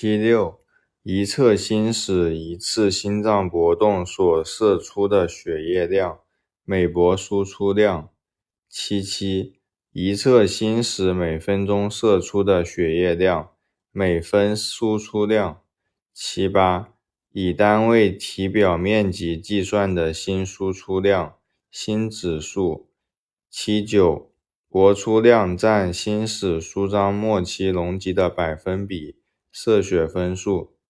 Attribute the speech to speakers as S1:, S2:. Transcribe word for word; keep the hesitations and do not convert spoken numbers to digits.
S1: 七六，一侧心室一次心脏搏动所射出的血液量，每搏输出量。七七，一侧心室每分钟射出的血液量，每分输出量。七八，以单位体表面积计算的心输出量，心指数。七九，搏出量占心室舒张末期容积的百分比，射血分数。